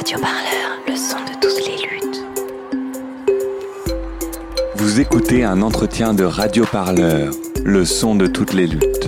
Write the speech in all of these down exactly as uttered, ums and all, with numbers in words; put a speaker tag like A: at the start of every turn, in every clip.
A: Radio Parleur, le son de toutes les luttes.
B: Vous écoutez un entretien de Radio Parleur, le son de toutes les luttes.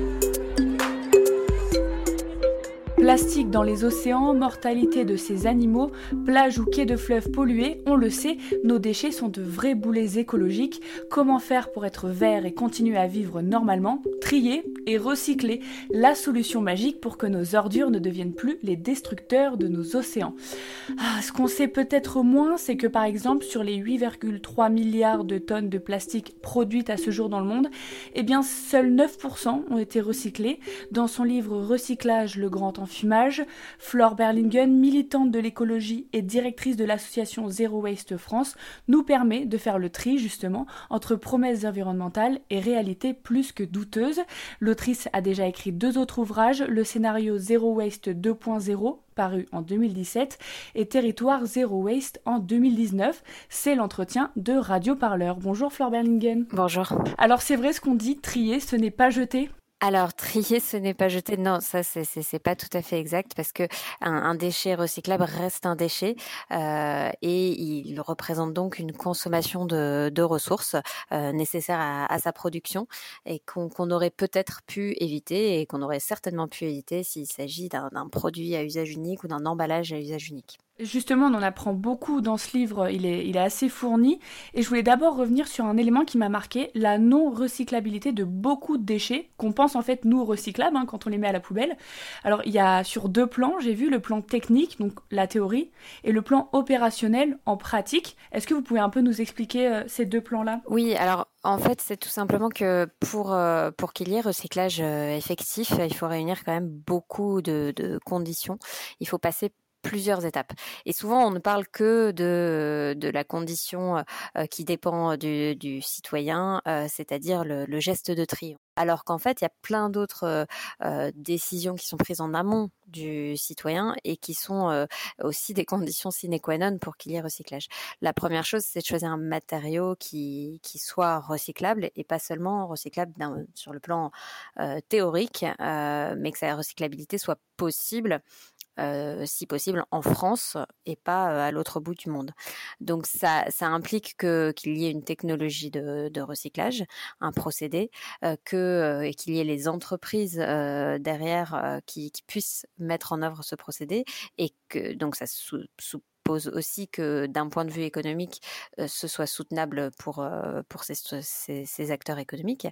C: Plastique dans les océans, mortalité de ces animaux, plages ou quais de fleuves pollués, on le sait, nos déchets sont de vrais boulets écologiques. Comment faire pour être vert et continuer à vivre normalement ? Trier et recycler, la solution magique pour que nos ordures ne deviennent plus les destructeurs de nos océans. Ah, ce qu'on sait peut-être moins, c'est que par exemple sur les huit virgule trois milliards de tonnes de plastique produites à ce jour dans le monde, eh bien seuls neuf pour cent ont été recyclés. Dans son livre Recyclage, le grand enfumage, Flore Berlingen, militante de l'écologie et directrice de l'association Zero Waste France, nous permet de faire le tri justement entre promesses environnementales et réalités plus que douteuses. L'autrice a déjà écrit deux autres ouvrages, le scénario Zero Waste deux point zéro, paru en deux mille dix-sept, et Territoire Zero Waste en deux mille dix-neuf. C'est l'entretien de Radio Parleur. Bonjour Flore Berlingen.
D: Bonjour.
C: Alors c'est vrai ce qu'on dit, trier, ce n'est pas jeter ?
D: Alors, trier, ce n'est pas jeter. Non, ça, c'est, c'est, c'est pas tout à fait exact parce que un, un déchet recyclable reste un déchet euh, et il représente donc une consommation de, de ressources euh, nécessaires à, à sa production et qu'on, qu'on aurait peut-être pu éviter et qu'on aurait certainement pu éviter s'il s'agit d'un, d'un produit à usage unique ou d'un emballage à usage unique.
C: Justement, on en apprend beaucoup dans ce livre, il est, il est assez fourni. Et je voulais d'abord revenir sur un élément qui m'a marqué, la non-recyclabilité de beaucoup de déchets, qu'on pense en fait nous recyclables hein, quand on les met à la poubelle. Alors il y a sur deux plans, j'ai vu le plan technique, donc la théorie, et le plan opérationnel en pratique. Est-ce que vous pouvez un peu nous expliquer euh, ces deux plans-là ?
D: Oui, alors en fait, c'est tout simplement que pour euh, pour qu'il y ait recyclage euh, effectif, il faut réunir quand même beaucoup de, de conditions. Il faut passer plusieurs étapes. Et souvent, on ne parle que de, de la condition euh, qui dépend du, du citoyen, euh, c'est-à-dire le, le geste de tri. Alors qu'en fait, il y a plein d'autres euh, décisions qui sont prises en amont du citoyen et qui sont euh, aussi des conditions sine qua non pour qu'il y ait recyclage. La première chose, c'est de choisir un matériau qui, qui soit recyclable et pas seulement recyclable d'un, sur le plan euh, théorique, euh, mais que sa recyclabilité soit possible. Euh, si possible en France et pas euh, à l'autre bout du monde. Donc ça, ça implique que qu'il y ait une technologie de, de recyclage, un procédé, euh, que euh, et qu'il y ait les entreprises euh, derrière euh, qui, qui puissent mettre en œuvre ce procédé et que donc ça sous, sous pose aussi que d'un point de vue économique, euh, ce soit soutenable pour euh, pour ces, ces, ces acteurs économiques.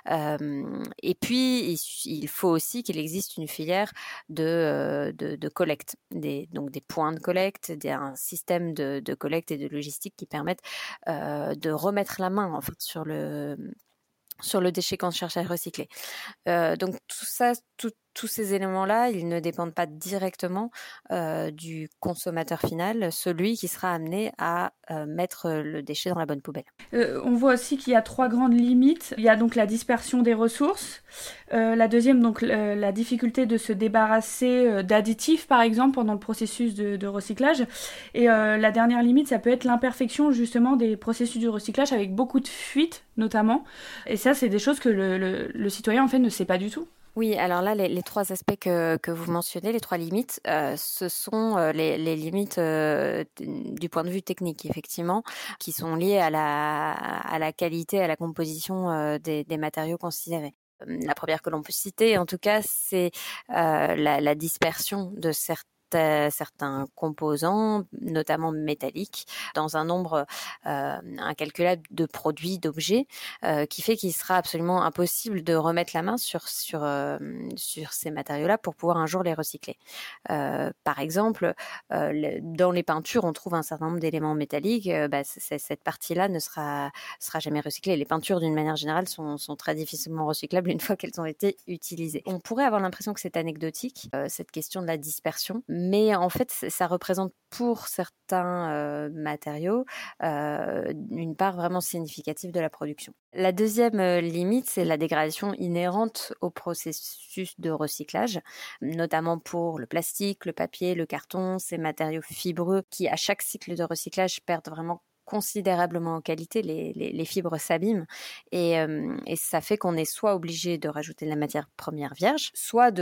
D: Euh, et puis il, il faut aussi qu'il existe une filière de euh, de, de collecte, des donc des points de collecte, des, un système de, de collecte et de logistique qui permettent euh, de remettre la main en fait sur le sur le déchet qu'on cherche à recycler. Euh, donc tout ça, tout, tous ces éléments-là, ils ne dépendent pas directement euh, du consommateur final, celui qui sera amené à euh, mettre le déchet dans la bonne poubelle.
C: Euh, on voit aussi qu'il y a trois grandes limites. Il y a donc la dispersion des ressources. Euh, la deuxième, donc euh, la difficulté de se débarrasser euh, d'additifs, par exemple, pendant le processus de, de recyclage. Et euh, la dernière limite, ça peut être l'imperfection justement des processus de recyclage avec beaucoup de fuites, notamment. Et ça, c'est des choses que le, le, le citoyen, en fait, ne sait pas du tout.
D: Oui, alors là, les, les trois aspects que, que vous mentionnez, les trois limites, euh, ce sont euh, les, les limites euh, du point de vue technique, effectivement, qui sont liées à la, à la qualité, à la composition euh, des, des matériaux considérés. La première que l'on peut citer, en tout cas, c'est euh, la, la dispersion de certains certains composants, notamment métalliques, dans un nombre euh, incalculable de produits, d'objets, euh, qui fait qu'il sera absolument impossible de remettre la main sur sur euh, sur ces matériaux-là pour pouvoir un jour les recycler. Euh, par exemple, euh, le, dans les peintures, on trouve un certain nombre d'éléments métalliques. Euh, bah, c- cette partie-là ne sera sera jamais recyclée. Les peintures, d'une manière générale, sont sont très difficilement recyclables une fois qu'elles ont été utilisées. On pourrait avoir l'impression que c'est anecdotique, euh, cette question de la dispersion. Mais en fait, ça représente pour certains euh, matériaux euh, une part vraiment significative de la production. La deuxième euh, limite, c'est la dégradation inhérente au processus de recyclage, notamment pour le plastique, le papier, le carton, ces matériaux fibreux qui, à chaque cycle de recyclage, perdent vraiment considérablement en qualité, les, les, les fibres s'abîment et, euh, et ça fait qu'on est soit obligé de rajouter de la matière première vierge, soit de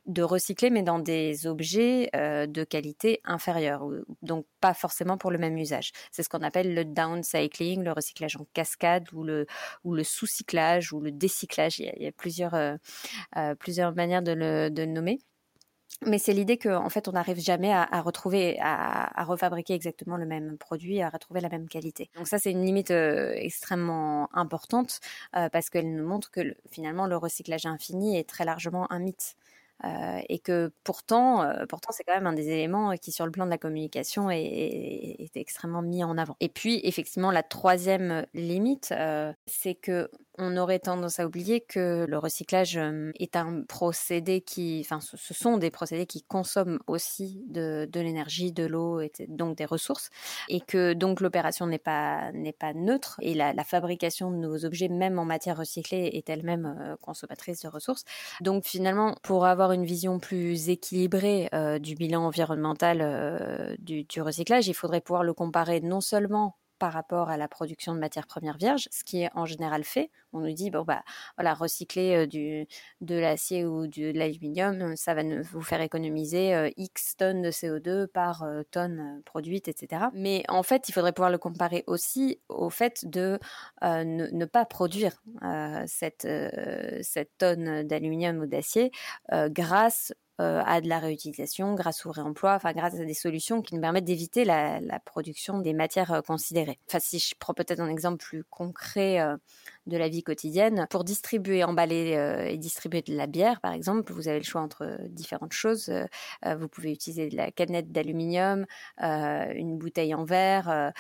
D: de recycler, mais dans des objets euh, de qualité inférieure, donc pas forcément pour le même usage. C'est ce qu'on appelle le downcycling, le recyclage en cascade ou le, ou le sous-cyclage ou le décyclage. Il y a, il y a plusieurs, euh, euh, plusieurs manières de le, de le nommer. Mais c'est l'idée qu'en fait, on n'arrive jamais à, à retrouver, à, à refabriquer exactement le même produit, à retrouver la même qualité. Donc ça, c'est une limite euh, extrêmement importante euh, parce qu'elle nous montre que le, finalement, le recyclage infini est très largement un mythe. Euh, et que pourtant, euh, pourtant, c'est quand même un des éléments qui, sur le plan de la communication, est, est, est extrêmement mis en avant. Et puis, effectivement, la troisième limite, euh, c'est que on aurait tendance à oublier que le recyclage euh, est un procédé qui, enfin, ce, ce sont des procédés qui consomment aussi de, de l'énergie, de l'eau, et donc des ressources, et que donc l'opération n'est pas n'est pas neutre, et la, la fabrication de nouveaux objets, même en matière recyclée, est elle-même euh, consommatrice de ressources. Donc finalement, pour avoir une vision plus équilibrée euh, du bilan environnemental euh, du, du recyclage, il faudrait pouvoir le comparer non seulement par rapport à la production de matières premières vierges, ce qui est en général fait. On nous dit, bon, bah, voilà, recycler euh, du, de l'acier ou du, de l'aluminium, ça va vous faire économiser euh, X tonnes de C O deux par euh, tonne produite, et cetera. Mais en fait, il faudrait pouvoir le comparer aussi au fait de euh, ne, ne pas produire euh, cette, euh, cette tonne d'aluminium ou d'acier euh, grâce Euh, à de la réutilisation, grâce au réemploi, enfin grâce à des solutions qui nous permettent d'éviter la, la production des matières euh, considérées. Enfin, si je prends peut-être un exemple plus concret euh, de la vie quotidienne, pour distribuer, emballer euh, et distribuer de la bière, par exemple, vous avez le choix entre différentes choses. Euh, vous pouvez utiliser de la canette d'aluminium, euh, une bouteille en verre, euh,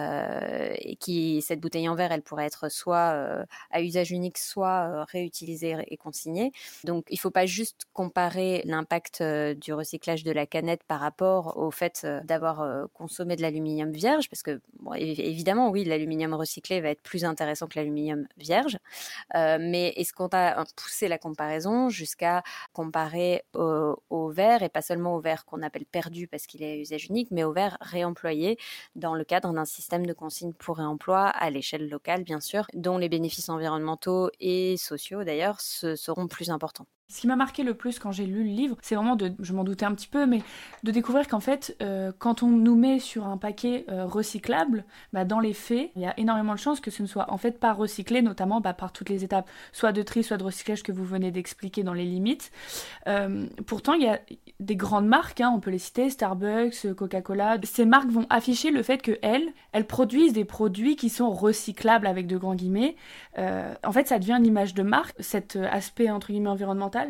D: euh, et qui, cette bouteille en verre, elle pourrait être soit euh, à usage unique, soit euh, réutilisée et consignée. Donc, il ne faut pas juste comparer l'impact Impact euh, du recyclage de la canette par rapport au fait euh, d'avoir euh, consommé de l'aluminium vierge, parce que bon, évidemment, oui, l'aluminium recyclé va être plus intéressant que l'aluminium vierge, euh, mais est-ce qu'on a poussé la comparaison jusqu'à comparer au, au verre, et pas seulement au verre qu'on appelle perdu parce qu'il est à usage unique, mais au verre réemployé dans le cadre d'un système de consigne pour réemploi à l'échelle locale, bien sûr, dont les bénéfices environnementaux et sociaux d'ailleurs se, seront plus importants.
C: Ce qui m'a marqué le plus quand j'ai lu le livre, c'est vraiment de, je m'en doutais un petit peu, mais de découvrir qu'en fait, euh, quand on nous met sur un paquet euh, recyclable, bah, dans les faits, il y a énormément de chances que ce ne soit en fait pas recyclé, notamment bah, par toutes les étapes, soit de tri, soit de recyclage que vous venez d'expliquer dans les limites. Euh, pourtant, il y a des grandes marques, hein, on peut les citer, Starbucks, Coca-Cola. Ces marques vont afficher le fait qu'elles, elles produisent des produits qui sont recyclables avec de grands guillemets. Euh, en fait, ça devient une image de marque, cet aspect entre guillemets environnemental.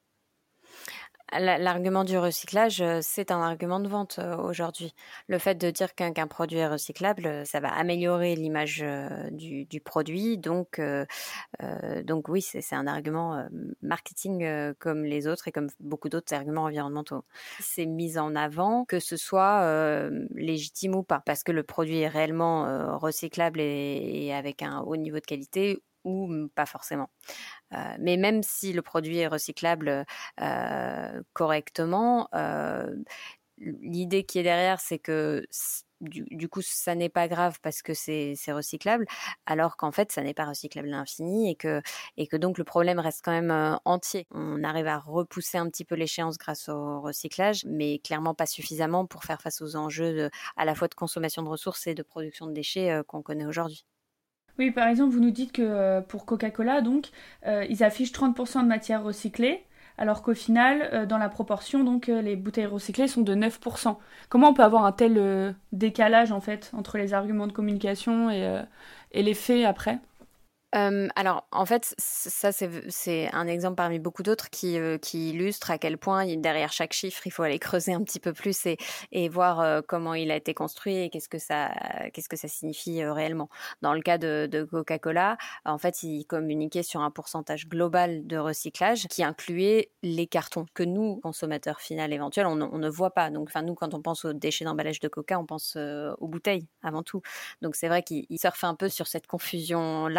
D: L'argument du recyclage, c'est un argument de vente aujourd'hui. Le fait de dire qu'un, qu'un produit est recyclable, ça va améliorer l'image du, du produit. Donc, euh, donc oui, c'est, c'est un argument marketing comme les autres et comme beaucoup d'autres arguments environnementaux. C'est mis en avant, que ce soit euh, légitime ou pas, parce que le produit est réellement euh, recyclable et, et avec un haut niveau de qualité, ou pas forcément. Euh, mais même si le produit est recyclable euh, correctement, euh, l'idée qui est derrière, c'est que du, du coup, ça n'est pas grave parce que c'est, c'est recyclable, alors qu'en fait, ça n'est pas recyclable à l'infini, et que, et que donc le problème reste quand même euh, entier. On arrive à repousser un petit peu l'échéance grâce au recyclage, mais clairement pas suffisamment pour faire face aux enjeux de, à la fois de consommation de ressources et de production de déchets euh, qu'on connaît aujourd'hui.
C: Oui, par exemple, vous nous dites que euh, pour Coca-Cola, donc, euh, ils affichent trente pour cent de matière recyclée, alors qu'au final, euh, dans la proportion, donc, euh, les bouteilles recyclées sont de neuf pour cent. Comment on peut avoir un tel euh, décalage, en fait, entre les arguments de communication et, euh, et les faits après ?
D: Euh, alors, en fait, ça, c'est, c'est un exemple parmi beaucoup d'autres qui, euh, qui illustre à quel point, derrière chaque chiffre, il faut aller creuser un petit peu plus et, et voir euh, comment il a été construit et qu'est-ce que ça, qu'est-ce que ça signifie euh, réellement. Dans le cas de, de Coca-Cola, en fait, il communiquait sur un pourcentage global de recyclage qui incluait les cartons que nous, consommateurs finaux éventuels, on, on ne voit pas. Donc, enfin, nous, quand on pense aux déchets d'emballage de Coca, on pense euh, aux bouteilles avant tout. Donc, c'est vrai qu'ils surfent un peu sur cette confusion-là. Du coup, ils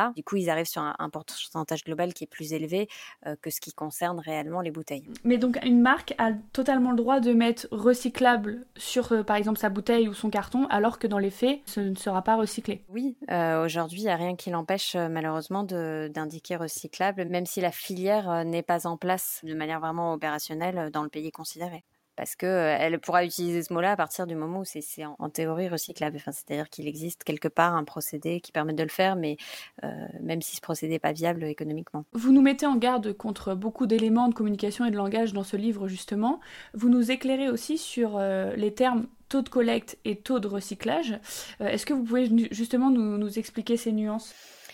D: ils arrivent sur un, un pourcentage global qui est plus élevé euh, que ce qui concerne réellement les bouteilles.
C: Mais donc une marque a totalement le droit de mettre recyclable sur euh, par exemple sa bouteille ou son carton, alors que dans les faits, ce ne sera pas recyclé.
D: Oui, euh, aujourd'hui, il n'y a rien qui l'empêche euh, malheureusement de, d'indiquer recyclable, même si la filière euh, n'est pas en place de manière vraiment opérationnelle euh, dans le pays considéré. Parce qu'elle euh, pourra utiliser ce mot-là à partir du moment où c'est, c'est en, en théorie recyclable. Enfin, c'est-à-dire qu'il existe quelque part un procédé qui permet de le faire, mais euh, même si ce procédé n'est pas viable économiquement.
C: Vous nous mettez en garde contre beaucoup d'éléments de communication et de langage dans ce livre, justement. Vous nous éclairez aussi sur euh, les termes taux de collecte et taux de recyclage. Euh, est-ce que vous pouvez justement nous, nous expliquer ces nuances ?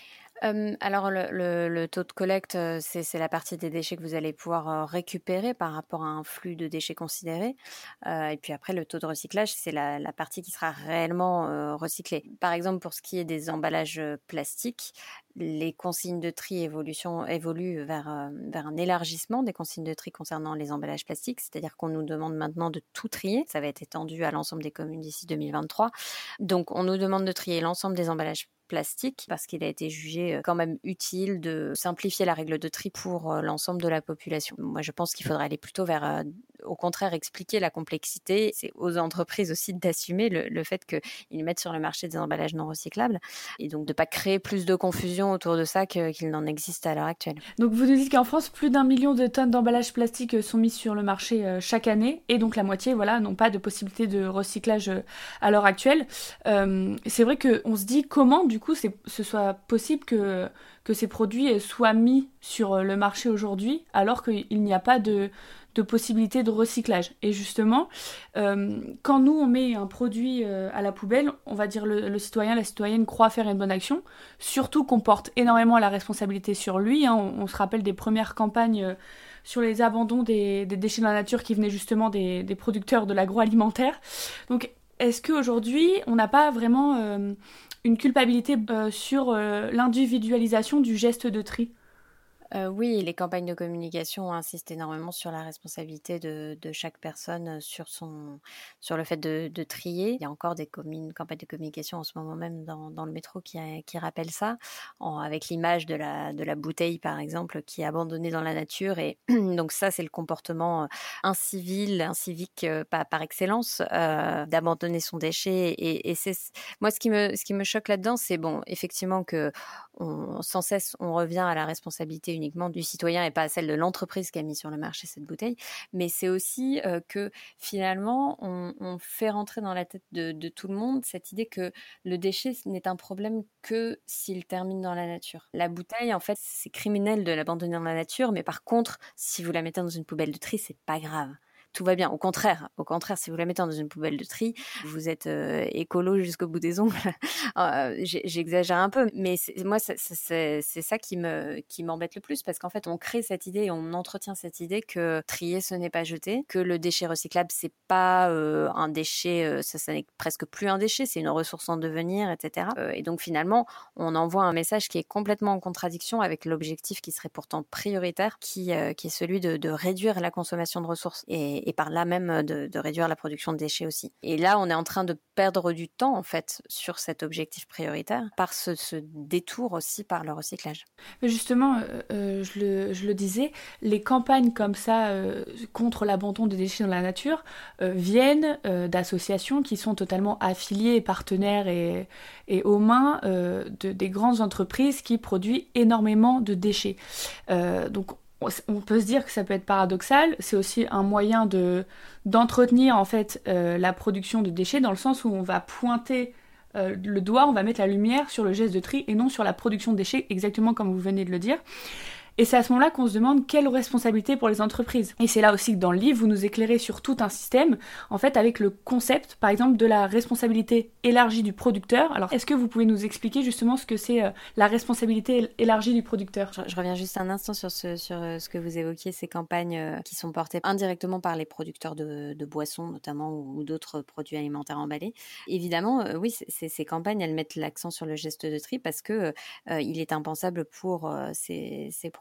D: Euh, alors le, le, le taux de collecte, c'est, c'est la partie des déchets que vous allez pouvoir euh, récupérer par rapport à un flux de déchets considéré. Euh, et puis après, le taux de recyclage, c'est la, la partie qui sera réellement euh, recyclée. Par exemple, pour ce qui est des emballages plastiques, les consignes de tri évolution, évoluent vers, euh, vers un élargissement des consignes de tri concernant les emballages plastiques, c'est-à-dire qu'on nous demande maintenant de tout trier. Ça va être étendu à l'ensemble des communes d'ici deux mille vingt-trois. Donc, on nous demande de trier l'ensemble des emballages plastique parce qu'il a été jugé quand même utile de simplifier la règle de tri pour l'ensemble de la population. Moi, je pense qu'il faudrait aller plutôt vers, euh, au contraire, expliquer la complexité. C'est aux entreprises aussi d'assumer le, le fait qu'ils mettent sur le marché des emballages non recyclables et donc de ne pas créer plus de confusion autour de ça que, qu'il n'en existe à l'heure actuelle.
C: Donc vous nous dites qu'en France, plus d'un million de tonnes d'emballages plastiques sont mises sur le marché euh, chaque année et donc la moitié, voilà, n'ont pas de possibilité de recyclage euh, à l'heure actuelle. Euh, c'est vrai qu'on se dit comment, du coup, c'est, ce soit possible que, que ces produits soient mis sur le marché aujourd'hui alors qu'il n'y a pas de, de possibilité de recyclage. Et justement, euh, quand nous, on met un produit euh, à la poubelle, on va dire le, le citoyen, la citoyenne croit faire une bonne action, surtout qu'on porte énormément la responsabilité sur lui. Hein. On, on se rappelle des premières campagnes... Euh, sur les abandons des, des déchets dans la nature qui venaient justement des, des producteurs de l'agroalimentaire. Donc, est-ce qu'aujourd'hui, on n'a pas vraiment euh, une culpabilité euh, sur euh, l'individualisation du geste de tri ?
D: Euh, oui, les campagnes de communication insistent énormément sur la responsabilité de, de chaque personne sur, son, sur le fait de, de trier. Il y a encore des communes, campagnes de communication en ce moment même dans, dans le métro qui, qui rappellent ça, en, avec l'image de la, de la bouteille, par exemple, qui est abandonnée dans la nature. Et donc ça, c'est le comportement incivil, incivique euh, par, par excellence, euh, d'abandonner son déchet. Et, et c'est, moi, ce qui, me, ce qui me choque là-dedans, c'est bon, effectivement que on, sans cesse, on revient à la responsabilité uniquement du citoyen et pas à celle de l'entreprise qui a mis sur le marché cette bouteille, mais c'est aussi euh, que finalement on, on fait rentrer dans la tête de, de tout le monde cette idée que le déchet n'est un problème que s'il termine dans la nature. La bouteille, en fait, c'est criminel de l'abandonner dans la nature, mais par contre, si vous la mettez dans une poubelle de tri, c'est pas grave. Tout va bien. Au contraire, au contraire, si vous la mettez dans une poubelle de tri, vous êtes euh, écolo jusqu'au bout des ongles. euh, j'exagère un peu, mais c'est, moi, c'est, c'est, c'est ça qui me qui m'embête le plus, parce qu'en fait, on crée cette idée et on entretient cette idée que trier, ce n'est pas jeter, que le déchet recyclable, c'est pas euh, un déchet, euh, ça, ça n'est presque plus un déchet, c'est une ressource en devenir, et cetera. Euh, et donc finalement, on envoie un message qui est complètement en contradiction avec l'objectif qui serait pourtant prioritaire, qui euh, qui est celui de, de réduire la consommation de ressources. Et et par là même de, de réduire la production de déchets aussi. Et là, on est en train de perdre du temps, en fait, sur cet objectif prioritaire, par ce, ce détour aussi par le recyclage.
C: Justement, euh, je, le, je le disais, les campagnes comme ça euh, contre l'abandon des déchets dans la nature euh, viennent euh, d'associations qui sont totalement affiliées, partenaires et, et aux mains euh, de, des grandes entreprises qui produisent énormément de déchets. Euh, donc, on peut se dire que ça peut être paradoxal, c'est aussi un moyen de, d'entretenir en fait euh, la production de déchets, dans le sens où on va pointer euh, le doigt, on va mettre la lumière sur le geste de tri et non sur la production de déchets, exactement comme vous venez de le dire. Et c'est à ce moment-là qu'on se demande quelle responsabilité pour les entreprises. Et c'est là aussi que dans le livre, vous nous éclairez sur tout un système, en fait avec le concept, par exemple, de la responsabilité élargie du producteur. Alors, est-ce que vous pouvez nous expliquer justement ce que c'est euh, la responsabilité élargie du producteur ?
D: je, je reviens juste un instant sur ce, sur ce que vous évoquiez, ces campagnes euh, qui sont portées indirectement par les producteurs de, de boissons, notamment, ou, ou d'autres produits alimentaires emballés. Évidemment, euh, oui, c'est, ces campagnes, elles mettent l'accent sur le geste de tri parce que euh, il est impensable pour euh, ces, ces producteurs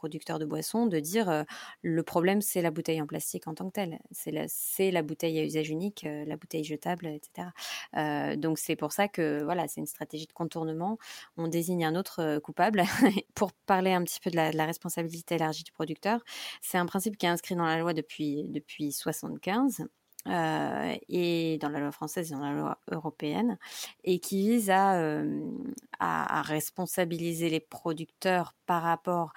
D: producteurs de boissons de dire euh, le problème, c'est la bouteille en plastique en tant que telle. C'est la, c'est la bouteille à usage unique, euh, la bouteille jetable, et cetera. Euh, donc, c'est pour ça que voilà, c'est une stratégie de contournement. On désigne un autre euh, coupable. Pour parler un petit peu de la, de la responsabilité élargie du producteur, c'est un principe qui est inscrit dans la loi depuis, depuis soixante-quinze. Euh, et dans la loi française et dans la loi européenne, et qui vise à, euh, à, à responsabiliser les producteurs par rapport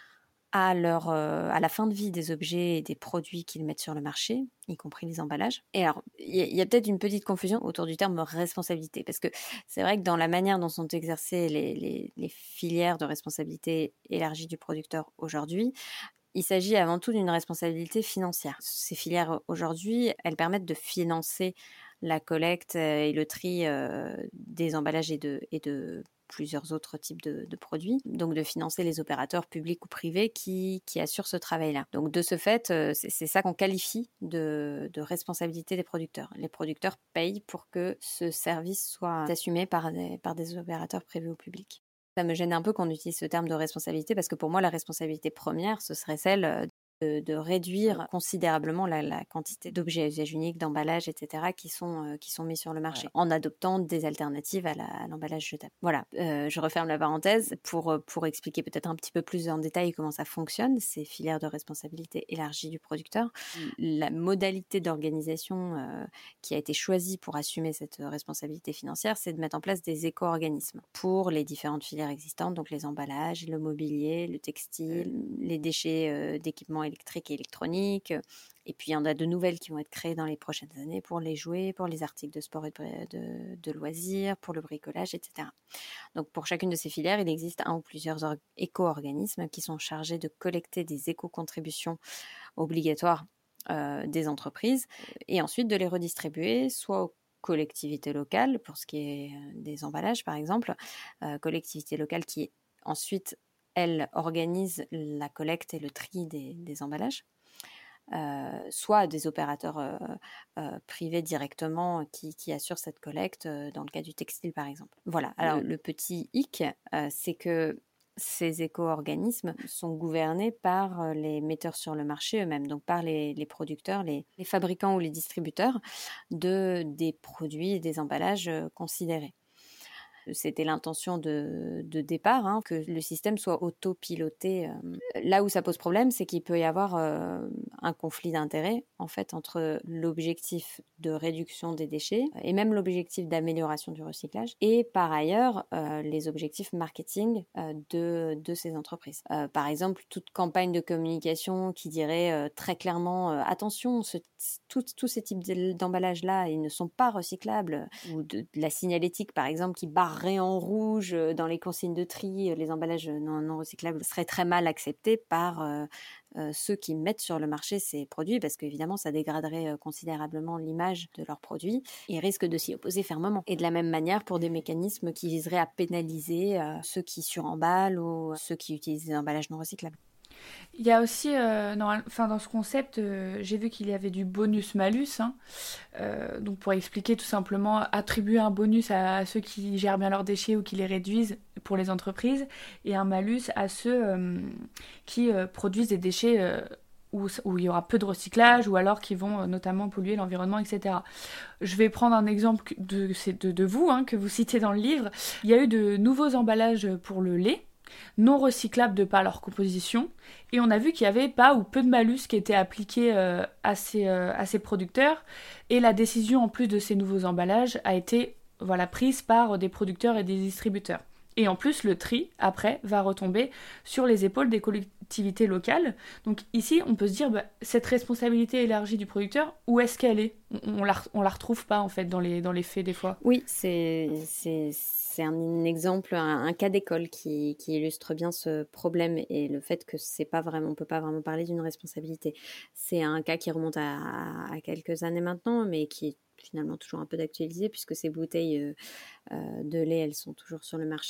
D: à, leur, euh, à la fin de vie des objets et des produits qu'ils mettent sur le marché, y compris les emballages. Et alors, il y, y a peut-être une petite confusion autour du terme responsabilité, parce que c'est vrai que dans la manière dont sont exercées les, les, les filières de responsabilité élargie du producteur aujourd'hui, il s'agit avant tout d'une responsabilité financière. Ces filières, aujourd'hui, elles permettent de financer la collecte et le tri euh, des emballages et de, et de plusieurs autres types de, de produits, donc de financer les opérateurs publics ou privés qui, qui assurent ce travail-là. Donc de ce fait, c'est, c'est ça qu'on qualifie de, de responsabilité des producteurs. Les producteurs payent pour que ce service soit assumé par des, par des opérateurs privés ou publics. Ça me gêne un peu qu'on utilise ce terme de responsabilité parce que pour moi, la responsabilité première, ce serait celle de, de réduire considérablement la, la quantité d'objets à usage unique, d'emballages, et cetera qui sont, euh, qui sont mis sur le marché ouais. en adoptant des alternatives à, la, à l'emballage jetable. Voilà, euh, je referme la parenthèse pour, pour expliquer peut-être un petit peu plus en détail comment ça fonctionne, ces filières de responsabilité élargie du producteur. La modalité d'organisation euh, qui a été choisie pour assumer cette responsabilité financière, c'est de mettre en place des éco-organismes pour les différentes filières existantes, donc les emballages, le mobilier, le textile, les déchets euh, d'équipements électriques et électroniques. Et puis, il y en a de nouvelles qui vont être créées dans les prochaines années pour les jouets, pour les articles de sport et de, de, de loisirs, pour le bricolage, et cetera. Donc, pour chacune de ces filières, il existe un ou plusieurs or- éco-organismes qui sont chargés de collecter des éco-contributions obligatoires euh, des entreprises et ensuite de les redistribuer soit aux collectivités locales, pour ce qui est des emballages, par exemple, euh, collectivités locales qui ensuite, elles, organisent la collecte et le tri des, des emballages. Euh, soit des opérateurs euh, euh, privés directement qui, qui assurent cette collecte euh, dans le cas du textile par exemple. Voilà, alors le, le petit hic, euh, c'est que ces éco-organismes sont gouvernés par les metteurs sur le marché eux-mêmes, donc par les, les producteurs, les, les fabricants ou les distributeurs de, des produits et des emballages considérés. C'était l'intention de, de départ, hein, que le système soit autopiloté. Là où ça pose problème, c'est qu'il peut y avoir euh, un conflit d'intérêts en fait, entre l'objectif de réduction des déchets et même l'objectif d'amélioration du recyclage et par ailleurs euh, les objectifs marketing euh, de, de ces entreprises. Euh, par exemple, toute campagne de communication qui dirait euh, très clairement euh, attention, ce, tout, tous ces types d'emballages-là, ils ne sont pas recyclables, ou de, de la signalétique par exemple qui barre en rouge dans les consignes de tri, les emballages non, non recyclables seraient très mal acceptés par euh, euh, ceux qui mettent sur le marché ces produits parce qu'évidemment ça dégraderait euh, considérablement l'image de leurs produits et risquent de s'y opposer fermement. Et de la même manière pour des mécanismes qui viseraient à pénaliser euh, ceux qui suremballent ou ceux qui utilisent des emballages non recyclables.
C: Il y a aussi, euh, dans, enfin, dans ce concept, euh, j'ai vu qu'il y avait du bonus-malus. Hein. Euh, donc pour expliquer tout simplement, attribuer un bonus à, à ceux qui gèrent bien leurs déchets ou qui les réduisent pour les entreprises, et un malus à ceux euh, qui euh, produisent des déchets euh, où, où il y aura peu de recyclage ou alors qui vont euh, notamment polluer l'environnement, et cetera. Je vais prendre un exemple de, de, de vous, hein, que vous citez dans le livre. Il y a eu de nouveaux emballages pour le lait, non recyclables de par leur composition, et on a vu qu'il y avait pas ou peu de malus qui était appliqué euh, à, ces, euh, à ces producteurs, et la décision en plus de ces nouveaux emballages a été voilà, prise par des producteurs et des distributeurs. Et en plus, le tri, après, va retomber sur les épaules des collectivités locales. Donc ici, on peut se dire, bah, cette responsabilité élargie du producteur, où est-ce qu'elle est ? On, on, la, on la retrouve pas, en fait, dans les, dans les faits, des fois.
D: Oui, c'est... c'est... C'est un exemple, un, un cas d'école qui, qui illustre bien ce problème et le fait que c'est pas vraiment, on peut pas vraiment parler d'une responsabilité. C'est un cas qui remonte à, à quelques années maintenant, mais qui est finalement toujours un peu d'actualité puisque ces bouteilles euh, de lait, elles sont toujours sur le marché.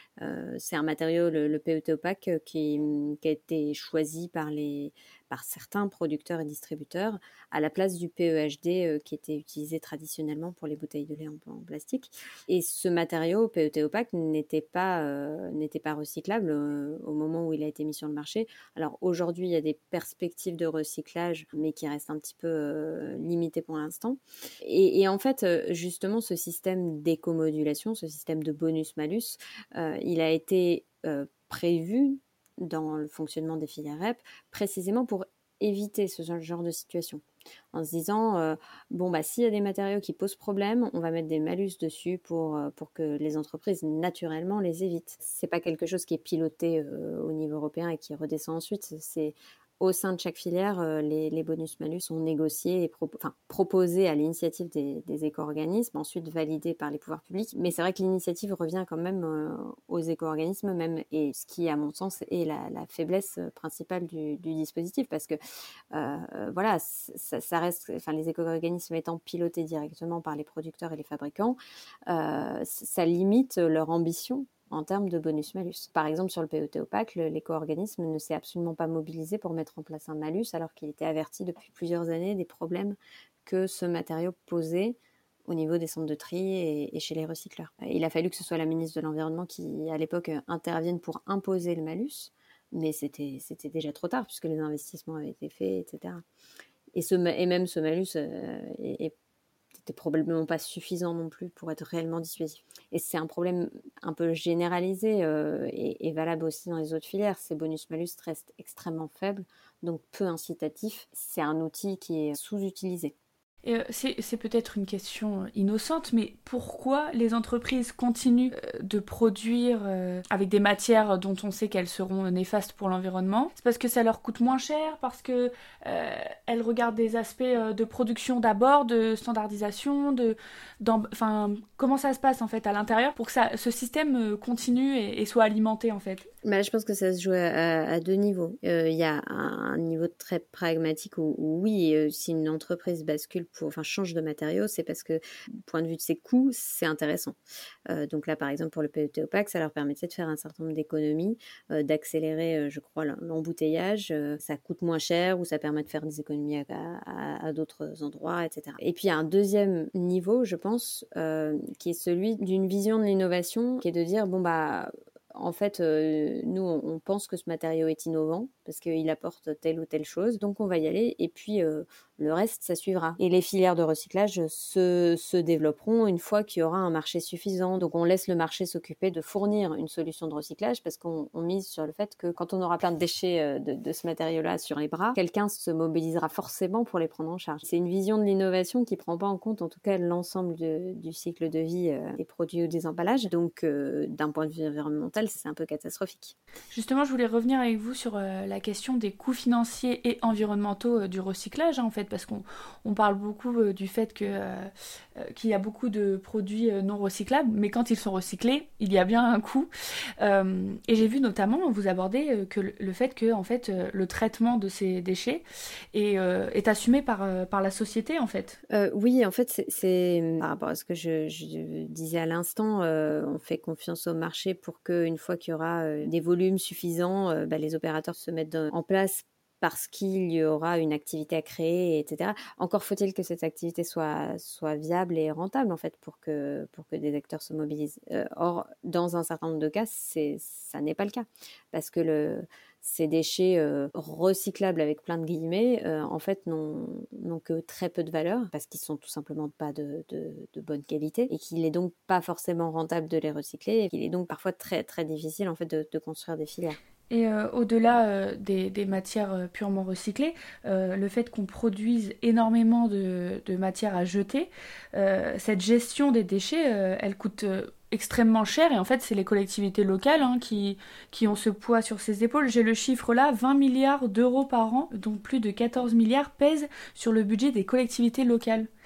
D: Euh, c'est un matériau, le, le P E T opaque, qui, qui a été choisi par, les, par certains producteurs et distributeurs à la place du P E H D euh, qui était utilisé traditionnellement pour les bouteilles de lait en, en plastique. Et ce matériau, P E T opaque, n'était pas, euh, n'était pas recyclable euh, au moment où il a été mis sur le marché. Alors aujourd'hui, il y a des perspectives de recyclage, mais qui restent un petit peu euh, limitées pour l'instant. Et, et en fait, justement, ce système d'éco-modulation, ce système de bonus-malus, euh, il a été euh, prévu dans le fonctionnement des filières R E P précisément pour éviter ce genre de situation. En se disant, euh, bon, bah, s'il y a des matériaux qui posent problème, on va mettre des malus dessus pour, euh, pour que les entreprises, naturellement, les évitent. C'est pas quelque chose qui est piloté euh, au niveau européen et qui redescend ensuite. C'est au sein de chaque filière, euh, les, les bonus-malus sont négociés et pro- enfin, proposés à l'initiative des, des éco-organismes, ensuite validés par les pouvoirs publics. Mais c'est vrai que l'initiative revient quand même euh, aux éco-organismes, même, et ce qui, à mon sens, est la, la faiblesse principale du, du dispositif, parce que euh, voilà, ça, ça reste, enfin, les éco-organismes étant pilotés directement par les producteurs et les fabricants, euh, ça limite leur ambition en termes de bonus-malus. Par exemple, sur le P E T opaque, l'éco-organisme ne s'est absolument pas mobilisé pour mettre en place un malus, alors qu'il était averti depuis plusieurs années des problèmes que ce matériau posait au niveau des centres de tri et, et chez les recycleurs. Il a fallu que ce soit la ministre de l'Environnement qui, à l'époque, intervienne pour imposer le malus, mais c'était, c'était déjà trop tard, puisque les investissements avaient été faits, et cetera. Et, ce, et même ce malus euh, est, est c'était probablement pas suffisant non plus pour être réellement dissuasif. Et c'est un problème un peu généralisé euh, et, et valable aussi dans les autres filières. Ces bonus-malus restent extrêmement faibles, donc peu incitatifs. C'est un outil qui est sous-utilisé.
C: Et euh, c'est, c'est peut-être une question innocente, mais pourquoi les entreprises continuent euh, de produire euh, avec des matières dont on sait qu'elles seront néfastes pour l'environnement ? C'est parce que ça leur coûte moins cher, parce que euh, elles regardent des aspects euh, de production d'abord, de standardisation, de, enfin, comment ça se passe en fait à l'intérieur pour que ça, ce système euh, continue et, et soit alimenté en fait ?
D: Bah, je pense que ça se joue à, à deux niveaux. Il euh, y a un, un niveau très pragmatique où, où oui, euh, si une entreprise bascule pour, enfin, change de matériaux, c'est parce que, du point de vue de ses coûts, c'est intéressant. Euh, donc là, par exemple, pour le P E T opaque, ça leur permettait de faire un certain nombre d'économies, euh, d'accélérer, euh, je crois, l'embouteillage. Euh, ça coûte moins cher ou ça permet de faire des économies à, à, à d'autres endroits, et cetera. Et puis, il y a un deuxième niveau, je pense, euh, qui est celui d'une vision de l'innovation, qui est de dire, bon, bah, en fait, euh, nous, on, on pense que ce matériau est innovant parce qu'il apporte telle ou telle chose, donc on va y aller et puis euh, le reste, ça suivra. Et les filières de recyclage se, se développeront une fois qu'il y aura un marché suffisant. Donc on laisse le marché s'occuper de fournir une solution de recyclage parce qu'on on mise sur le fait que quand on aura plein de déchets de, de ce matériau-là sur les bras, quelqu'un se mobilisera forcément pour les prendre en charge. C'est une vision de l'innovation qui ne prend pas en compte en tout cas l'ensemble de, du cycle de vie euh, des produits ou des emballages. Donc euh, d'un point de vue environnemental, c'est un peu catastrophique.
C: Justement, je voulais revenir avec vous sur euh, la question des coûts financiers et environnementaux euh, du recyclage, hein, en fait, parce qu'on on parle beaucoup euh, du fait que, euh, euh, qu'il y a beaucoup de produits euh, non recyclables, mais quand ils sont recyclés, il y a bien un coût. Euh, et j'ai vu notamment, vous aborder euh, que le, le fait que en fait, euh, le traitement de ces déchets est, euh, est assumé par, euh, par la société, en fait.
D: Euh, oui, en fait, c'est, c'est par rapport à ce que je, je disais à l'instant, euh, on fait confiance au marché pour qu'une fois qu'il y aura euh, des volumes suffisants, euh, bah, les opérateurs se mettent en place parce qu'il y aura une activité à créer, et cetera. Encore faut-il que cette activité soit, soit viable et rentable, en fait, pour que, pour que des acteurs se mobilisent. Euh, or, dans un certain nombre de cas, c'est, ça n'est pas le cas. Parce que le, ces déchets euh, recyclables, avec plein de guillemets, euh, en fait, n'ont, n'ont que très peu de valeur, parce qu'ils sont tout simplement pas de, de, de bonne qualité, et qu'il est donc pas forcément rentable de les recycler, et qu'il est donc parfois très, très difficile, en fait, de, de construire des filières.
C: Et euh, au-delà euh, des, des matières euh, purement recyclées, euh, le fait qu'on produise énormément de, de matières à jeter, euh, cette gestion des déchets, euh, elle coûte euh, extrêmement cher. Et en fait, c'est les collectivités locales hein, qui, qui ont ce poids sur ses épaules. J'ai le chiffre là, vingt milliards d'euros par an, dont plus de quatorze milliards pèsent sur le budget des collectivités locales.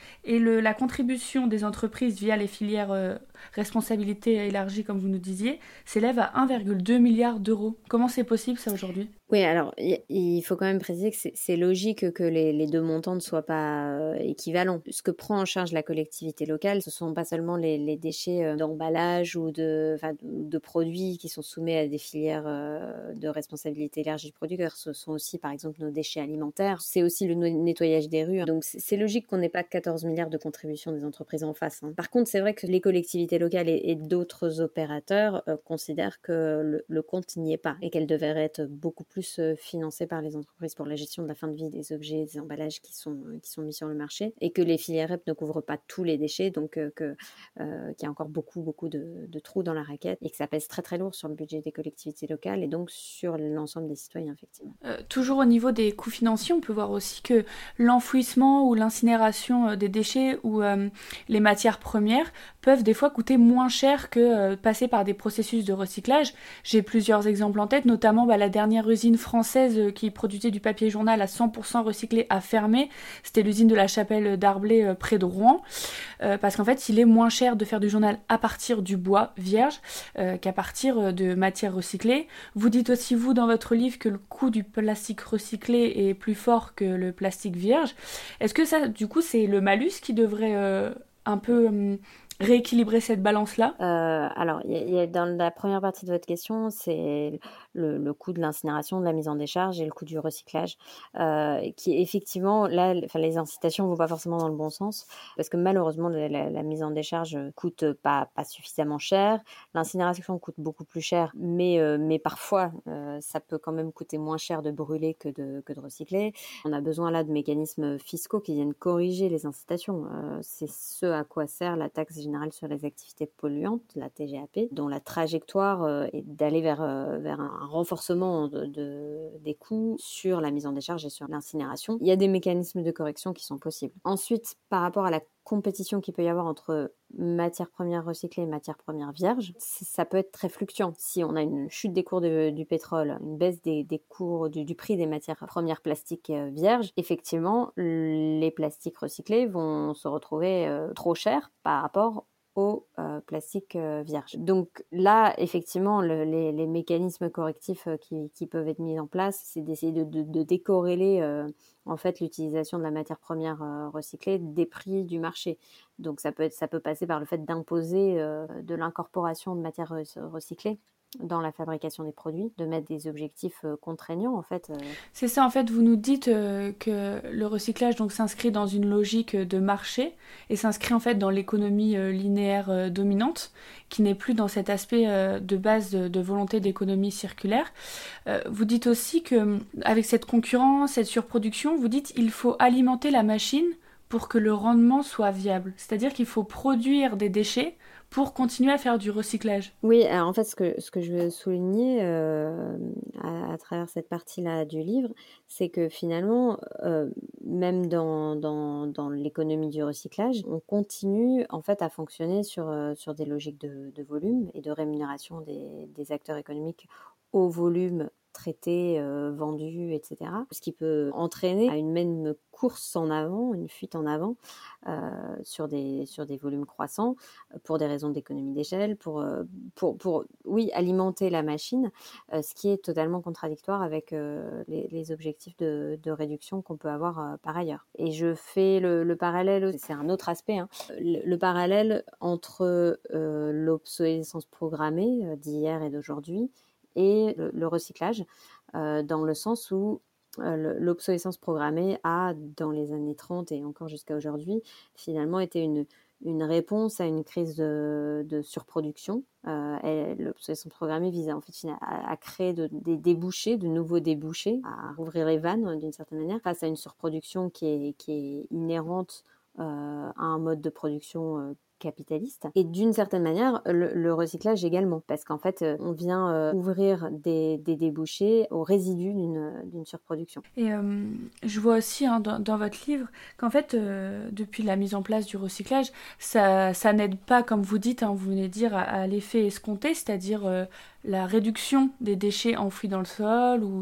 C: Et le, la contribution des entreprises via les filières euh, responsabilité élargie, comme vous nous disiez, s'élève à un virgule deux milliard d'euros. Comment c'est possible ça aujourd'hui ?
D: Oui, alors il faut quand même préciser que c'est, c'est logique que les, les deux montants ne soient pas euh, équivalents. Ce que prend en charge la collectivité locale, ce sont pas seulement les, les déchets euh, d'emballage ou de, enfin, de, de produits qui sont soumis à des filières euh, de responsabilité élargie du producteur. Ce sont aussi, par exemple, nos déchets alimentaires. C'est aussi le nettoyage des rues. Donc c'est, c'est logique qu'on n'ait pas quatorze milliards de contributions des entreprises en face. Hein. Par contre, c'est vrai que les collectivités locales et, et d'autres opérateurs euh, considèrent que le, le compte n'y est pas et qu'elle devrait être beaucoup plus financées par les entreprises pour la gestion de la fin de vie des objets, des emballages qui sont, qui sont mis sur le marché, et que les filières R E P ne couvrent pas tous les déchets, donc euh, que, euh, qu'il y a encore beaucoup, beaucoup de, de trous dans la raquette, et que ça pèse très très lourd sur le budget des collectivités locales, et donc sur l'ensemble des citoyens, effectivement.
C: Euh, toujours au niveau des coûts financiers, on peut voir aussi que l'enfouissement ou l'incinération des déchets ou euh, les matières premières peuvent des fois coûter moins cher que euh, passer par des processus de recyclage. J'ai plusieurs exemples en tête, notamment bah, la dernière usine française qui produisait du papier journal à cent pour cent recyclé a fermé. C'était l'usine de la Chapelle d'Arblay euh, près de Rouen, euh, parce qu'en fait il est moins cher de faire du journal à partir du bois vierge euh, qu'à partir de matières recyclées. Vous dites aussi vous dans votre livre que le coût du plastique recyclé est plus fort que le plastique vierge. Est-ce que ça du coup c'est le malus qui devrait euh, un peu euh, rééquilibrer cette balance-là ?
D: euh, Alors, y a, y a dans la première partie de votre question, c'est le, le coût de l'incinération, de la mise en décharge et le coût du recyclage, euh, qui effectivement, là, enfin, les incitations ne vont pas forcément dans le bon sens, parce que malheureusement, la, la, la mise en décharge coûte pas, pas suffisamment cher, l'incinération coûte beaucoup plus cher, mais, euh, mais parfois, euh, ça peut quand même coûter moins cher de brûler que de, que de recycler. On a besoin là de mécanismes fiscaux qui viennent corriger les incitations. Euh, c'est ce à quoi sert la taxe générale sur les activités polluantes, la T G A P, dont la trajectoire euh, est d'aller vers, euh, vers un un renforcement de, de, des coûts sur la mise en décharge et sur l'incinération. Il y a des mécanismes de correction qui sont possibles. Ensuite, par rapport à la compétition qu'il peut y avoir entre matières premières recyclées et matières premières vierges, ça peut être très fluctuant. Si on a une chute des cours de, du pétrole, une baisse des, des cours du, du prix des matières premières plastiques vierges, effectivement, les plastiques recyclés vont se retrouver euh, trop chers par rapport au euh, plastique euh, vierge. Donc là, effectivement, le, les, les mécanismes correctifs euh, qui, qui peuvent être mis en place, c'est d'essayer de, de, de décorréler euh, en fait l'utilisation de la matière première euh, recyclée des prix du marché. Donc ça peut être, ça peut passer par le fait d'imposer euh, de l'incorporation de matières recyclées dans la fabrication des produits, de mettre des objectifs euh, contraignants en fait. Euh.
C: C'est ça en fait, vous nous dites euh, que le recyclage donc s'inscrit dans une logique de marché et s'inscrit en fait dans l'économie euh, linéaire euh, dominante qui n'est plus dans cet aspect euh, de base de, de volonté d'économie circulaire. Euh, vous dites aussi que avec cette concurrence, cette surproduction, vous dites il faut alimenter la machine pour que le rendement soit viable. C'est-à-dire qu'il faut produire des déchets pour continuer à faire du recyclage.
D: Oui, alors en fait, ce que, ce que je veux souligner euh, à, à travers cette partie-là du livre, c'est que finalement, euh, même dans, dans, dans l'économie du recyclage, on continue en fait à fonctionner sur, euh, sur des logiques de, de volume et de rémunération des, des acteurs économiques au volume traité, euh, vendu, et cetera. Ce qui peut entraîner à une même course en avant, une fuite en avant euh, sur, des, sur des volumes croissants pour des raisons d'économie d'échelle, pour, euh, pour, pour oui, alimenter la machine, euh, ce qui est totalement contradictoire avec euh, les, les objectifs de, de réduction qu'on peut avoir euh, par ailleurs. Et je fais le, le parallèle, c'est un autre aspect, hein, le, le parallèle entre euh, l'obsolescence programmée euh, d'hier et d'aujourd'hui et le, le recyclage, euh, dans le sens où euh, l'obsolescence programmée a, dans les années trente et encore jusqu'à aujourd'hui, finalement été une, une réponse à une crise de, de surproduction. Euh, l'obsolescence programmée visait en fait à, à créer de, des débouchés, de nouveaux débouchés, à rouvrir les vannes d'une certaine manière, face à une surproduction qui est, qui est inhérente euh, à un mode de production euh, capitaliste, et d'une certaine manière le, le recyclage également, parce qu'en fait on vient euh, ouvrir des, des débouchés aux résidus d'une, d'une surproduction.
C: Et euh, je vois aussi hein, dans, dans votre livre qu'en fait euh, depuis la mise en place du recyclage, ça, ça n'aide pas, comme vous dites, hein, vous venez de dire, à, à l'effet escompté, c'est-à-dire euh, la réduction des déchets enfouis dans le sol ou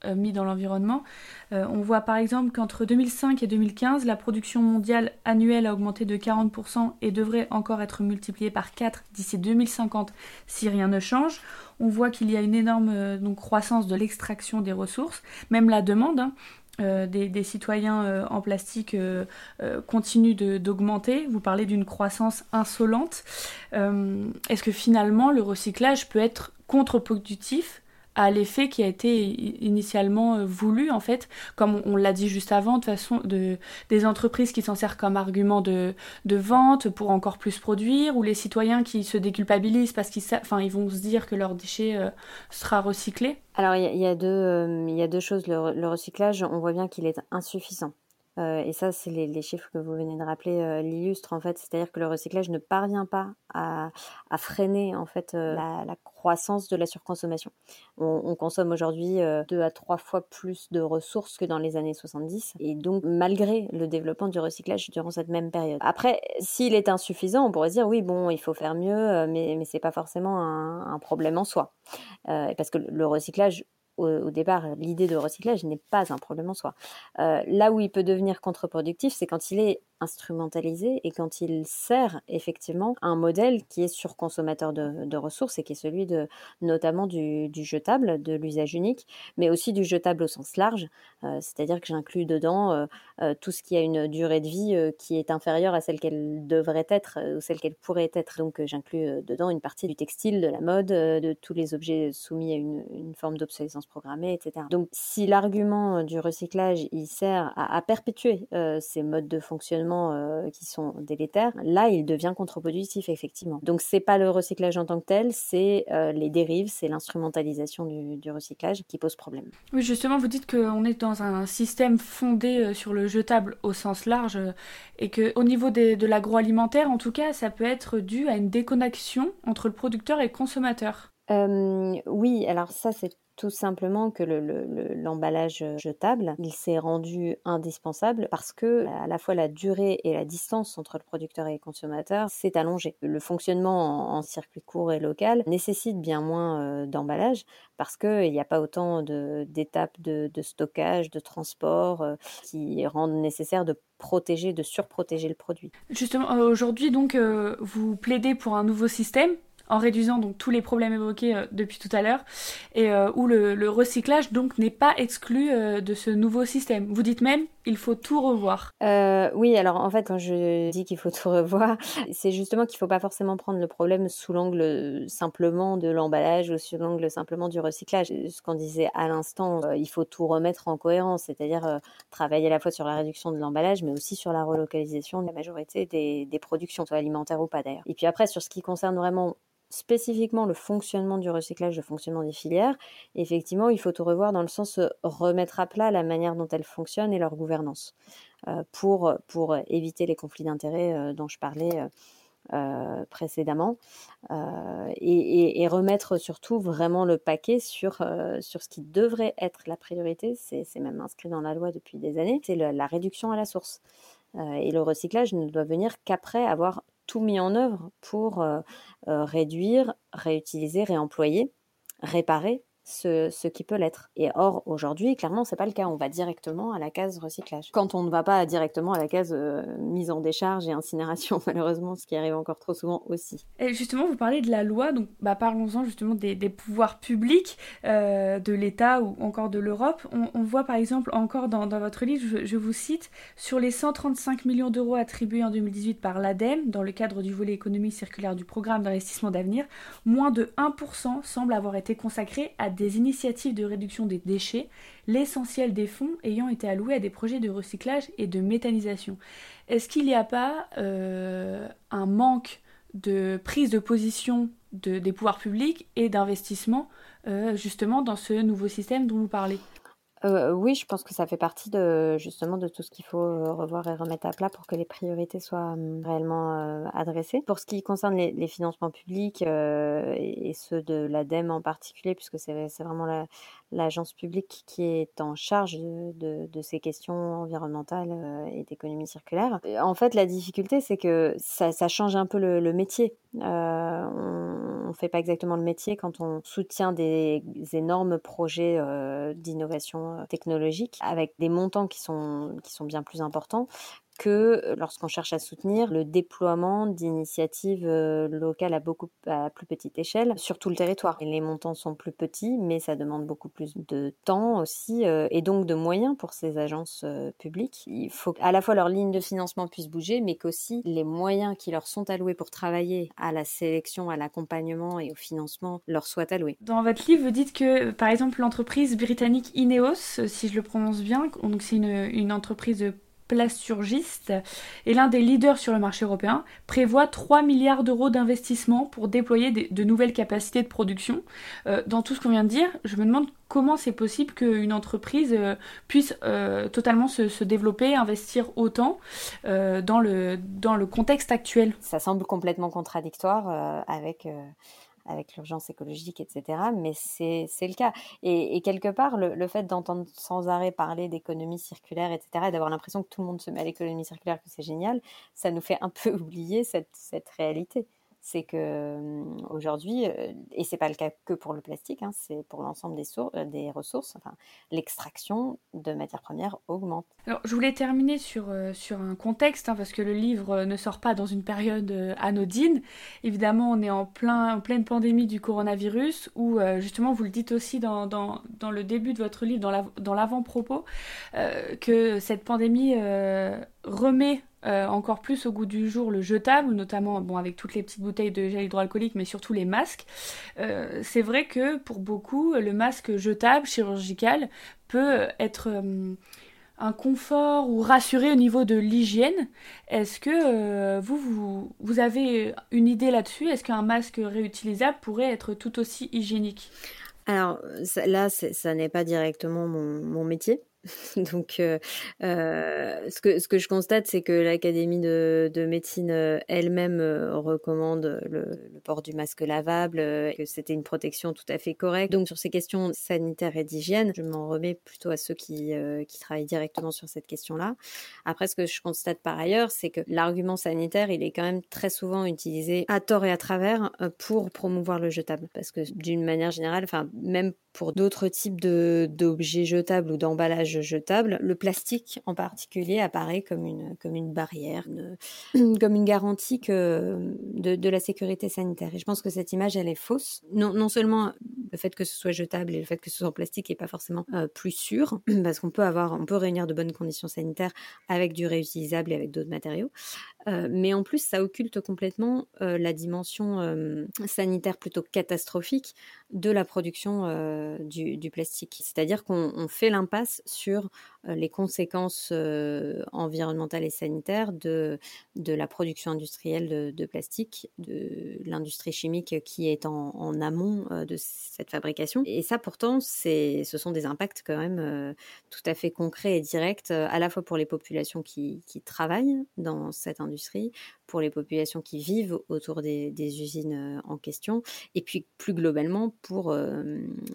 C: euh, mis dans l'environnement. Euh, on voit par exemple qu'entre deux mille cinq et deux mille quinze, la production mondiale annuelle a augmenté de quarante pour cent et devrait encore être multipliée par quatre d'ici deux mille cinquante si rien ne change. On voit qu'il y a une énorme euh, donc, croissance de l'extraction des ressources, même la demande, hein. Euh, des, des citoyens euh, en plastique euh, euh, continuent de, d'augmenter. Vous parlez d'une croissance insolente. Euh, est-ce que finalement le recyclage peut être contre-productif à l'effet qui a été initialement euh, voulu, en fait, comme on, on l'a dit juste avant, de façon de, des entreprises qui s'en servent comme argument de, de vente pour encore plus produire, ou les citoyens qui se déculpabilisent parce qu'ils sa- enfin, ils vont se dire que leur déchet euh, sera recyclé?
D: Alors, il y, a- il y a deux, euh, il y a deux choses. Le, re- le recyclage, on voit bien qu'il est insuffisant. Euh, et ça, c'est les, les chiffres que vous venez de rappeler euh, l'illustrent en fait. C'est-à-dire que le recyclage ne parvient pas à, à freiner en fait euh, la, la croissance de la surconsommation. On, on consomme aujourd'hui euh, deux à trois fois plus de ressources que dans les années soixante-dix, et donc malgré le développement du recyclage durant cette même période. Après, s'il est insuffisant, on pourrait se dire oui, bon, il faut faire mieux, euh, mais mais c'est pas forcément un, un problème en soi, euh, parce que le recyclage au, au départ, l'idée de recyclage n'est pas un problème en soi. Euh, là où il peut devenir contre-productif, c'est quand il est instrumentalisé et quand il sert effectivement un modèle qui est surconsommateur de, de ressources et qui est celui de, notamment du, du jetable, de l'usage unique, mais aussi du jetable au sens large, euh, c'est-à-dire que j'inclus dedans euh, euh, tout ce qui a une durée de vie euh, qui est inférieure à celle qu'elle devrait être euh, ou celle qu'elle pourrait être. Donc euh, j'inclus euh, dedans une partie du textile, de la mode, euh, de tous les objets soumis à une, une forme d'obsolescence programmée, et cetera. Donc si l'argument du recyclage il sert à, à perpétuer euh, ces modes de fonctionnement euh, qui sont délétères, là il devient contre-productif effectivement. Donc c'est pas le recyclage en tant que tel, c'est euh, les dérives, c'est l'instrumentalisation du, du recyclage qui pose problème.
C: Oui, justement, vous dites qu'on est dans un système fondé sur le jetable au sens large et qu'au niveau des, de l'agroalimentaire, en tout cas, ça peut être dû à une déconnexion entre le producteur et le consommateur.
D: Euh, oui, alors ça c'est tout simplement que le, le, le, l'emballage jetable, il s'est rendu indispensable parce que à la fois la durée et la distance entre le producteur et le consommateur s'est allongée. Le fonctionnement en, en circuit court et local nécessite bien moins euh, d'emballage parce qu'il n'y a pas autant de, d'étapes de, de stockage, de transport euh, qui rendent nécessaire de protéger, de surprotéger le produit.
C: Justement, aujourd'hui, donc, euh, vous plaidez pour un nouveau système en réduisant donc tous les problèmes évoqués euh, depuis tout à l'heure, et euh, où le, le recyclage donc n'est pas exclu euh, de ce nouveau système. Vous dites même il faut tout revoir.
D: Euh, oui, alors en fait quand je dis qu'il faut tout revoir, c'est justement qu'il ne faut pas forcément prendre le problème sous l'angle simplement de l'emballage ou sous l'angle simplement du recyclage. Ce qu'on disait à l'instant, euh, il faut tout remettre en cohérence, c'est-à-dire euh, travailler à la fois sur la réduction de l'emballage, mais aussi sur la relocalisation de la majorité des, des productions, soit alimentaires ou pas d'ailleurs. Et puis après, sur ce qui concerne vraiment spécifiquement le fonctionnement du recyclage, le fonctionnement des filières, effectivement, il faut tout revoir dans le sens de remettre à plat la manière dont elles fonctionnent et leur gouvernance euh, pour, pour éviter les conflits d'intérêts euh, dont je parlais euh, euh, précédemment euh, et, et, et remettre surtout vraiment le paquet sur, euh, sur ce qui devrait être la priorité, c'est, c'est même inscrit dans la loi depuis des années, c'est le, la réduction à la source. Euh, et le recyclage ne doit venir qu'après avoir tout mis en œuvre pour euh, euh, réduire, réutiliser, réemployer, réparer ce, ce qui peut l'être. Et or, aujourd'hui, clairement, c'est pas le cas. On va directement à la case recyclage. Quand on ne va pas directement à la case euh, mise en décharge et incinération, malheureusement, ce qui arrive encore trop souvent aussi.
C: Et justement, vous parlez de la loi, donc bah, parlons-en justement des, des pouvoirs publics euh, de l'État ou encore de l'Europe. On, on voit par exemple encore dans, dans votre livre, je, je vous cite, sur les cent trente-cinq millions d'euros attribués en deux mille dix-huit par l'ADEME dans le cadre du volet économie circulaire du programme d'investissement d'avenir, moins de un pour cent semble avoir été consacré à des initiatives de réduction des déchets, l'essentiel des fonds ayant été alloués à des projets de recyclage et de méthanisation. Est-ce qu'il n'y a pas euh, un manque de prise de position de, des pouvoirs publics et d'investissement euh, justement dans ce nouveau système dont vous parlez ?
D: Euh, oui, je pense que ça fait partie de justement de tout ce qu'il faut euh, revoir et remettre à plat pour que les priorités soient euh, réellement euh, adressées. Pour ce qui concerne les, les financements publics euh, et, et ceux de l'ADEME en particulier, puisque c'est, c'est vraiment la, l'agence publique qui est en charge de, de, de ces questions environnementales euh, et d'économie circulaire. En fait, la difficulté, c'est que ça, ça change un peu le, le métier. Euh, on ne fait pas exactement le métier quand on soutient des, des énormes projets euh, d'innovation technologique avec des montants qui sont, qui sont bien plus importants que lorsqu'on cherche à soutenir le déploiement d'initiatives euh, locales à beaucoup à plus petite échelle sur tout le territoire. Et les montants sont plus petits, mais ça demande beaucoup plus de temps aussi euh, et donc de moyens pour ces agences euh, publiques. Il faut qu'à la fois leur ligne de financement puisse bouger, mais qu'aussi les moyens qui leur sont alloués pour travailler à la sélection, à l'accompagnement et au financement leur soient alloués.
C: Dans votre livre, vous dites que, par exemple, l'entreprise britannique Ineos, si je le prononce bien, donc c'est une, une entreprise plasturgiste et l'un des leaders sur le marché européen, prévoit trois milliards d'euros d'investissement pour déployer des, de nouvelles capacités de production. Euh, dans tout ce qu'on vient de dire, je me demande comment c'est possible qu'une entreprise euh, puisse euh, totalement se, se développer, investir autant euh, dans, le, dans le contexte actuel.
D: Ça semble complètement contradictoire euh, avec... Euh... avec l'urgence écologique, et cetera. Mais c'est, c'est le cas. Et, et quelque part, le, le fait d'entendre sans arrêt parler d'économie circulaire, et cetera, et d'avoir l'impression que tout le monde se met à l'économie circulaire, que c'est génial, ça nous fait un peu oublier cette, cette réalité. C'est que euh, aujourd'hui, euh, et c'est pas le cas que pour le plastique, hein, c'est pour l'ensemble des, sources, euh, des ressources, enfin, l'extraction de matières premières augmente.
C: Alors, je voulais terminer sur, euh, sur un contexte, hein, parce que le livre ne sort pas dans une période euh, anodine. Évidemment, on est en, plein, en pleine pandémie du coronavirus, où euh, justement, vous le dites aussi dans, dans, dans le début de votre livre, dans, la, dans l'avant-propos, euh, que cette pandémie euh, remet Euh, encore plus au goût du jour le jetable, notamment bon, avec toutes les petites bouteilles de gel hydroalcoolique, mais surtout les masques. Euh, c'est vrai que pour beaucoup, le masque jetable, chirurgical, peut être euh, un confort ou rassurer au niveau de l'hygiène. Est-ce que euh, vous, vous, vous avez une idée là-dessus ? Est-ce qu'un masque réutilisable pourrait être tout aussi hygiénique ?
D: Alors ça, là, c'est, ça n'est pas directement mon, mon métier. Donc, euh, euh, ce que ce que je constate, c'est que l'Académie de, de médecine euh, elle-même euh, recommande le, le port du masque lavable, euh, que c'était une protection tout à fait correcte. Donc, sur ces questions sanitaires et d'hygiène, je m'en remets plutôt à ceux qui euh, qui travaillent directement sur cette question-là. Après, ce que je constate par ailleurs, c'est que l'argument sanitaire, il est quand même très souvent utilisé à tort et à travers euh, pour promouvoir le jetable, parce que d'une manière générale, enfin même pour d'autres types de d'objets jetables ou d'emballages jetables, le plastique en particulier apparaît comme une, comme une barrière, une, comme une garantie que, de, de la sécurité sanitaire. Et je pense que cette image, elle est fausse. Non, non seulement le fait que ce soit jetable et le fait que ce soit en plastique n'est pas forcément euh, plus sûr, parce qu'on peut avoir, on peut réunir de bonnes conditions sanitaires avec du réutilisable et avec d'autres matériaux. Euh, mais en plus, ça occulte complètement euh, la dimension euh, sanitaire plutôt catastrophique de la production euh, du, du plastique. C'est-à-dire qu'on on fait l'impasse sur euh, les conséquences euh, environnementales et sanitaires de, de la production industrielle de, de plastique, de l'industrie chimique qui est en, en amont euh, de cette fabrication. Et ça, pourtant, c'est, ce sont des impacts quand même euh, tout à fait concrets et directs, euh, à la fois pour les populations qui, qui travaillent dans cette industrie, pour les populations qui vivent autour des, des usines en question, et puis plus globalement pour euh,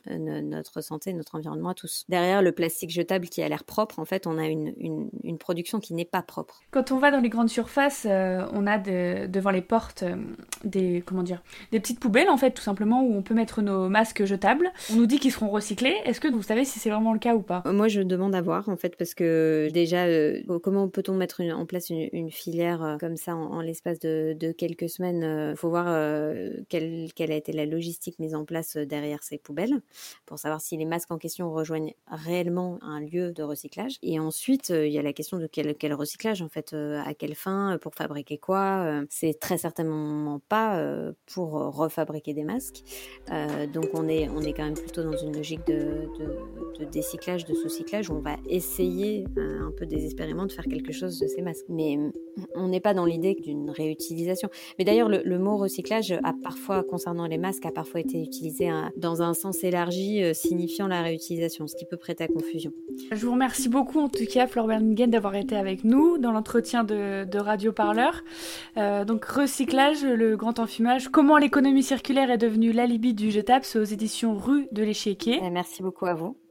D: notre santé, notre environnement à tous. Derrière le plastique jetable qui a l'air propre, en fait, on a une, une, une production qui n'est pas propre.
C: Quand on va dans les grandes surfaces, euh, on a de, devant les portes euh, des, comment dire, des petites poubelles, en fait, tout simplement, où on peut mettre nos masques jetables. On nous dit qu'ils seront recyclés. Est-ce que vous savez si c'est vraiment le cas ou pas ?
D: Moi, je demande à voir, en fait, parce que déjà, euh, comment peut-on mettre une, en place une, une filière euh, comme ça en, en l'espace de, de quelques semaines ? Il euh, faut voir euh, quelle, quelle a été la logistique mise en place derrière ces poubelles pour savoir si les masques en question rejoignent réellement un lieu de recyclage. Et ensuite, il euh, y a la question de quel, quel recyclage, en fait, euh, à quelle fin, pour fabriquer quoi. Euh, c'est très certainement pas euh, pour refabriquer des masques. Euh, donc, on est, on est quand même plutôt dans une logique de, de, de décyclage, de sous-cyclage, où on va essayer euh, un peu désespérément de faire quelque chose de ces masques. Mais on n'est pas dans l'idée d'une réutilisation. Mais d'ailleurs, le, le mot recyclage a parfois, concernant les masques, a parfois été utilisé hein, dans un sens élargi, euh, signifiant la réutilisation, ce qui peut prêter à confusion.
C: Je vous remercie beaucoup, en tout cas, Flore Berningen, d'avoir été avec nous dans l'entretien de, de Radio Parleur. Euh, donc, recyclage, le grand enfumage, comment l'économie circulaire est devenue l'alibi du jetable, c'est aux éditions Rue de l'Échiquier.
D: Merci beaucoup à vous.